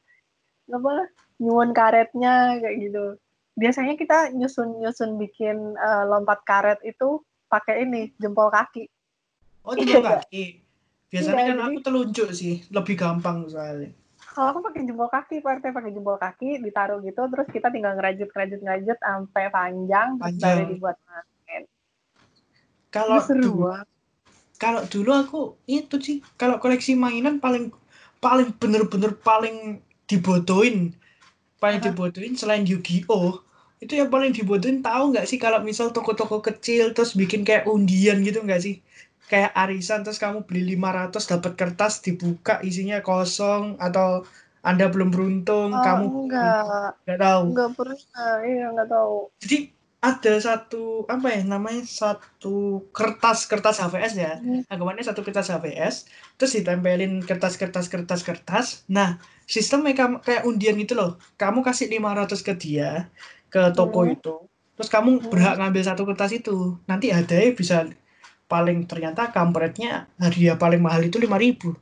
[SPEAKER 3] apa nyuwun karetnya kayak gitu. Biasanya kita nyusun nyusun bikin uh, lompat karet itu pakai ini jempol kaki.
[SPEAKER 2] Oh,
[SPEAKER 3] Iya
[SPEAKER 2] jempol
[SPEAKER 3] enggak?
[SPEAKER 2] kaki. Biasanya
[SPEAKER 3] Iya
[SPEAKER 2] kan
[SPEAKER 3] jadi
[SPEAKER 2] aku telunjuk sih, lebih gampang soalnya.
[SPEAKER 3] kalau aku pakai jempol kaki, Pak R T pakai jempol kaki ditaruh gitu, terus kita tinggal ngerajut ngerajut ngerajut sampai panjang, terus baru
[SPEAKER 2] Panjang.
[SPEAKER 3] dibuat main. Itu
[SPEAKER 2] Kalau
[SPEAKER 3] seru
[SPEAKER 2] dulu,
[SPEAKER 3] banget.
[SPEAKER 2] kalau dulu aku itu sih, kalau koleksi mainan paling paling bener-bener paling dibodohin, paling dibodohin selain Yu-Gi-Oh! Itu yang paling dibodohin, tahu nggak sih kalau misal toko-toko kecil terus bikin kayak undian gitu nggak sih? Kayak arisan terus kamu beli lima ratus dapat kertas dibuka isinya kosong, atau Anda belum beruntung,
[SPEAKER 3] Oh
[SPEAKER 2] kamu beruntung.
[SPEAKER 3] enggak,
[SPEAKER 2] Nggak tahu.
[SPEAKER 3] enggak pernah, iya enggak tahu.
[SPEAKER 2] Jadi ada satu apa ya namanya, satu kertas kertas H V S ya,
[SPEAKER 3] Hmm.
[SPEAKER 2] anggapannya satu kertas H V S, terus ditempelin kertas kertas kertas kertas. Nah, sistemnya kamu kayak undian gitu loh, kamu kasih lima ratus ke dia, ke toko
[SPEAKER 3] Hmm.
[SPEAKER 2] itu, terus kamu
[SPEAKER 3] Hmm.
[SPEAKER 2] berhak ngambil satu kertas itu, nanti hadiahnya bisa, paling ternyata kampretnya hadiah paling mahal itu lima ribu.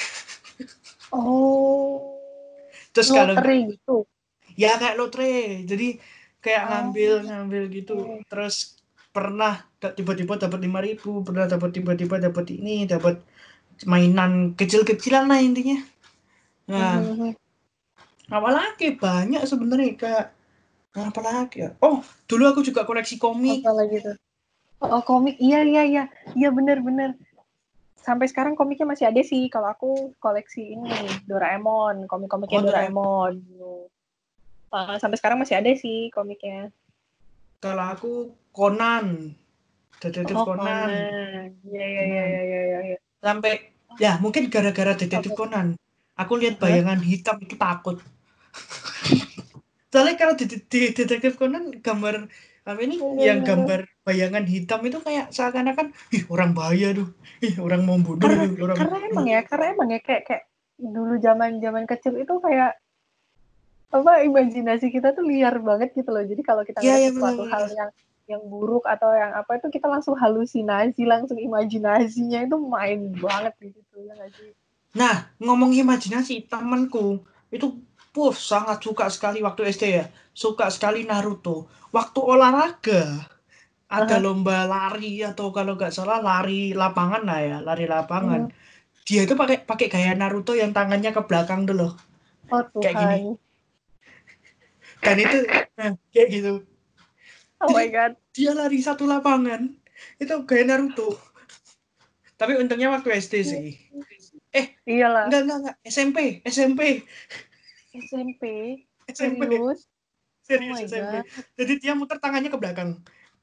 [SPEAKER 3] Oh,
[SPEAKER 2] Terus kalau
[SPEAKER 3] lotre
[SPEAKER 2] enggak,
[SPEAKER 3] gitu.
[SPEAKER 2] ya kayak lotre, jadi kayak ngambil
[SPEAKER 3] Oh,
[SPEAKER 2] ngambil gitu.
[SPEAKER 3] oke.
[SPEAKER 2] Terus pernah da- tiba-tiba dapat lima ribu, pernah dapat tiba-tiba dapat ini, dapat mainan kecil-kecilan lah intinya. Nah,
[SPEAKER 3] Hmm.
[SPEAKER 2] apalagi banyak sebenarnya, kayak apa lagi ya, oh dulu aku juga koleksi komik.
[SPEAKER 3] Apa lagi tuh? Oh, komik. Iya, iya, iya. Iya, bener-bener. Sampai sekarang komiknya masih ada sih. Kalau aku koleksi ini, Doraemon. Komik-komiknya
[SPEAKER 2] Oh, Doraemon.
[SPEAKER 3] Doraemon. Uh, sampai sekarang masih ada sih komiknya.
[SPEAKER 2] Kalau aku Conan, detektif
[SPEAKER 3] Oh,
[SPEAKER 2] Conan.
[SPEAKER 3] Conan. Iya, iya, iya,
[SPEAKER 2] Hmm.
[SPEAKER 3] iya, iya. Ya.
[SPEAKER 2] Sampai ya mungkin gara-gara detektif
[SPEAKER 3] Apa?
[SPEAKER 2] Conan aku lihat
[SPEAKER 3] Hah?
[SPEAKER 2] bayangan hitam itu takut. Soalnya kalau di, di detektif Conan gambar apa ini, yang gambar bayangan hitam itu kayak seakan-akan ih orang bahaya tuh, ih orang mau bunuh
[SPEAKER 3] Karena
[SPEAKER 2] itu orang.
[SPEAKER 3] karena emang ya, karena emang ya kayak kayak dulu zaman zaman kecil itu kayak apa imajinasi kita tuh liar banget gitu loh. Jadi kalau kita
[SPEAKER 2] Iya
[SPEAKER 3] ngeliat
[SPEAKER 2] ya,
[SPEAKER 3] sesuatu hal
[SPEAKER 2] benar-benar.
[SPEAKER 3] yang yang buruk atau yang apa itu kita langsung halusinasi, langsung imajinasinya itu main banget gitu ya nggak sih?
[SPEAKER 2] Nah, ngomong imajinasi, temanku itu puh, sangat suka sekali waktu S D ya. Suka sekali Naruto. Waktu olahraga, ada
[SPEAKER 3] Aha.
[SPEAKER 2] lomba lari atau kalau nggak salah lari lapangan lah ya, lari lapangan.
[SPEAKER 3] Hmm.
[SPEAKER 2] Dia itu pakai pakai gaya Naruto yang tangannya ke belakang dulu,
[SPEAKER 3] Oh
[SPEAKER 2] kayak gini.
[SPEAKER 3] Tuhan,
[SPEAKER 2] Dan itu nah, kayak gitu.
[SPEAKER 3] oh
[SPEAKER 2] Jadi
[SPEAKER 3] my God,
[SPEAKER 2] dia lari satu lapangan, itu gaya Naruto. Tapi untungnya waktu S D sih. Eh,
[SPEAKER 3] iyalah
[SPEAKER 2] enggak enggak enggak, S M P, S M P,
[SPEAKER 3] S M P,
[SPEAKER 2] S M P.
[SPEAKER 3] serius, oh
[SPEAKER 2] Serius
[SPEAKER 3] my
[SPEAKER 2] S M P.
[SPEAKER 3] God.
[SPEAKER 2] Jadi dia muter tangannya ke belakang.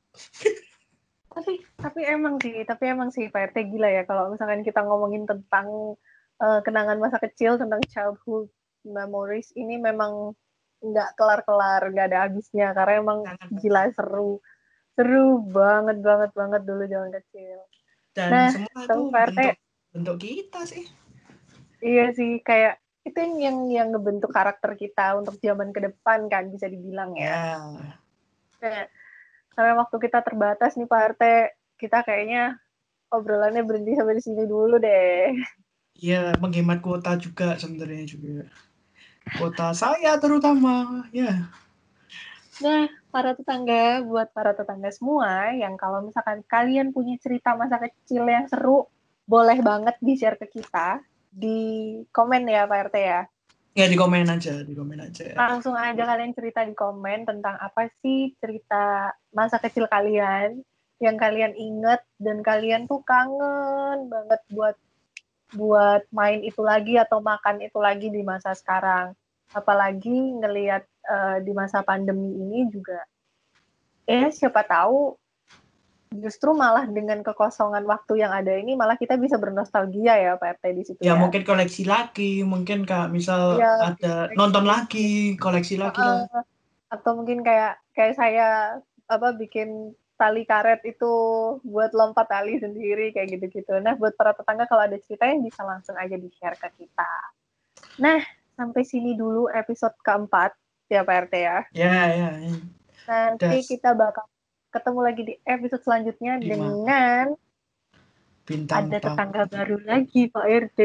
[SPEAKER 3] Tapi tapi emang sih, tapi emang sih Pak R T gila ya kalau misalkan kita ngomongin tentang uh, kenangan masa kecil, tentang childhood memories ini memang nggak kelar-kelar, nggak ada habisnya karena emang
[SPEAKER 2] Jangan
[SPEAKER 3] gila
[SPEAKER 2] banget.
[SPEAKER 3] seru, seru banget banget banget dulu zaman kecil.
[SPEAKER 2] Dan
[SPEAKER 3] Nah,
[SPEAKER 2] semua itu
[SPEAKER 3] tapi Pak R T,
[SPEAKER 2] bentuk bentuk kita sih.
[SPEAKER 3] iya sih kayak itu yang yang yang ngebentuk karakter kita untuk zaman ke depan kan bisa dibilang ya.
[SPEAKER 2] Ya,
[SPEAKER 3] Nah, karena waktu kita terbatas nih Pak R T, kita kayaknya obrolannya berhenti sampai di sini dulu deh.
[SPEAKER 2] ya menghemat kuota juga sebenarnya juga. Kuota saya terutama, ya.
[SPEAKER 3] Nah, para tetangga, buat para tetangga semua yang kalau misalkan kalian punya cerita masa kecil yang seru, boleh banget di-share ke kita di komen ya Pak R T ya.
[SPEAKER 2] Ya di komen aja, di komen aja.
[SPEAKER 3] Langsung aja kalian cerita di komen tentang apa sih cerita masa kecil kalian yang kalian inget dan kalian tuh kangen banget buat buat main itu lagi atau makan itu lagi di masa sekarang. Apalagi ngelihat uh, di masa pandemi ini juga, eh siapa tahu justru malah dengan kekosongan waktu yang ada ini malah kita bisa bernostalgia ya Pak R T di situ
[SPEAKER 2] Ya
[SPEAKER 3] ya.
[SPEAKER 2] mungkin koleksi lagi, mungkin kak misal
[SPEAKER 3] Iya,
[SPEAKER 2] ada nonton
[SPEAKER 3] koleksi.
[SPEAKER 2] lagi, koleksi lagi lah.
[SPEAKER 3] Uh, atau mungkin kayak kayak saya apa bikin tali karet itu buat lompat tali sendiri kayak gitu-gitu. Nah, buat para tetangga kalau ada ceritanya bisa langsung aja di-share ke kita. Nah, sampai sini dulu episode keempat ya Pak R T ya.
[SPEAKER 2] Ya, ya, ya.
[SPEAKER 3] Nanti
[SPEAKER 2] Das
[SPEAKER 3] kita bakal ketemu lagi di episode selanjutnya
[SPEAKER 2] lima
[SPEAKER 3] dengan
[SPEAKER 2] bintang
[SPEAKER 3] ada
[SPEAKER 2] tamu.
[SPEAKER 3] tetangga baru lagi Pak R T.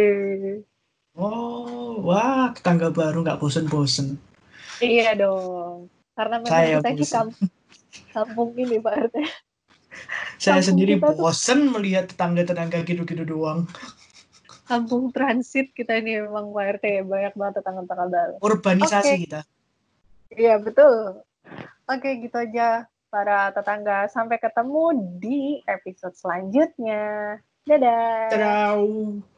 [SPEAKER 2] Oh, wah, tetangga baru nggak bosen-bosen.
[SPEAKER 3] Iya dong. Karena memang
[SPEAKER 2] Saya
[SPEAKER 3] kita ini
[SPEAKER 2] bosen.
[SPEAKER 3] kamp kampung ini Pak R T.
[SPEAKER 2] Saya
[SPEAKER 3] Kampung
[SPEAKER 2] sendiri
[SPEAKER 3] kita tuh
[SPEAKER 2] bosen melihat tetangga-tetangga gitu-gitu doang.
[SPEAKER 3] kampung transit kita ini memang Pak R T. Banyak banget tetangga-tetangga baru. Oke,
[SPEAKER 2] Urbanisasi kita.
[SPEAKER 3] iya betul. Oke, gitu aja para tetangga. Sampai ketemu di episode selanjutnya. Dadah.
[SPEAKER 2] Dadah.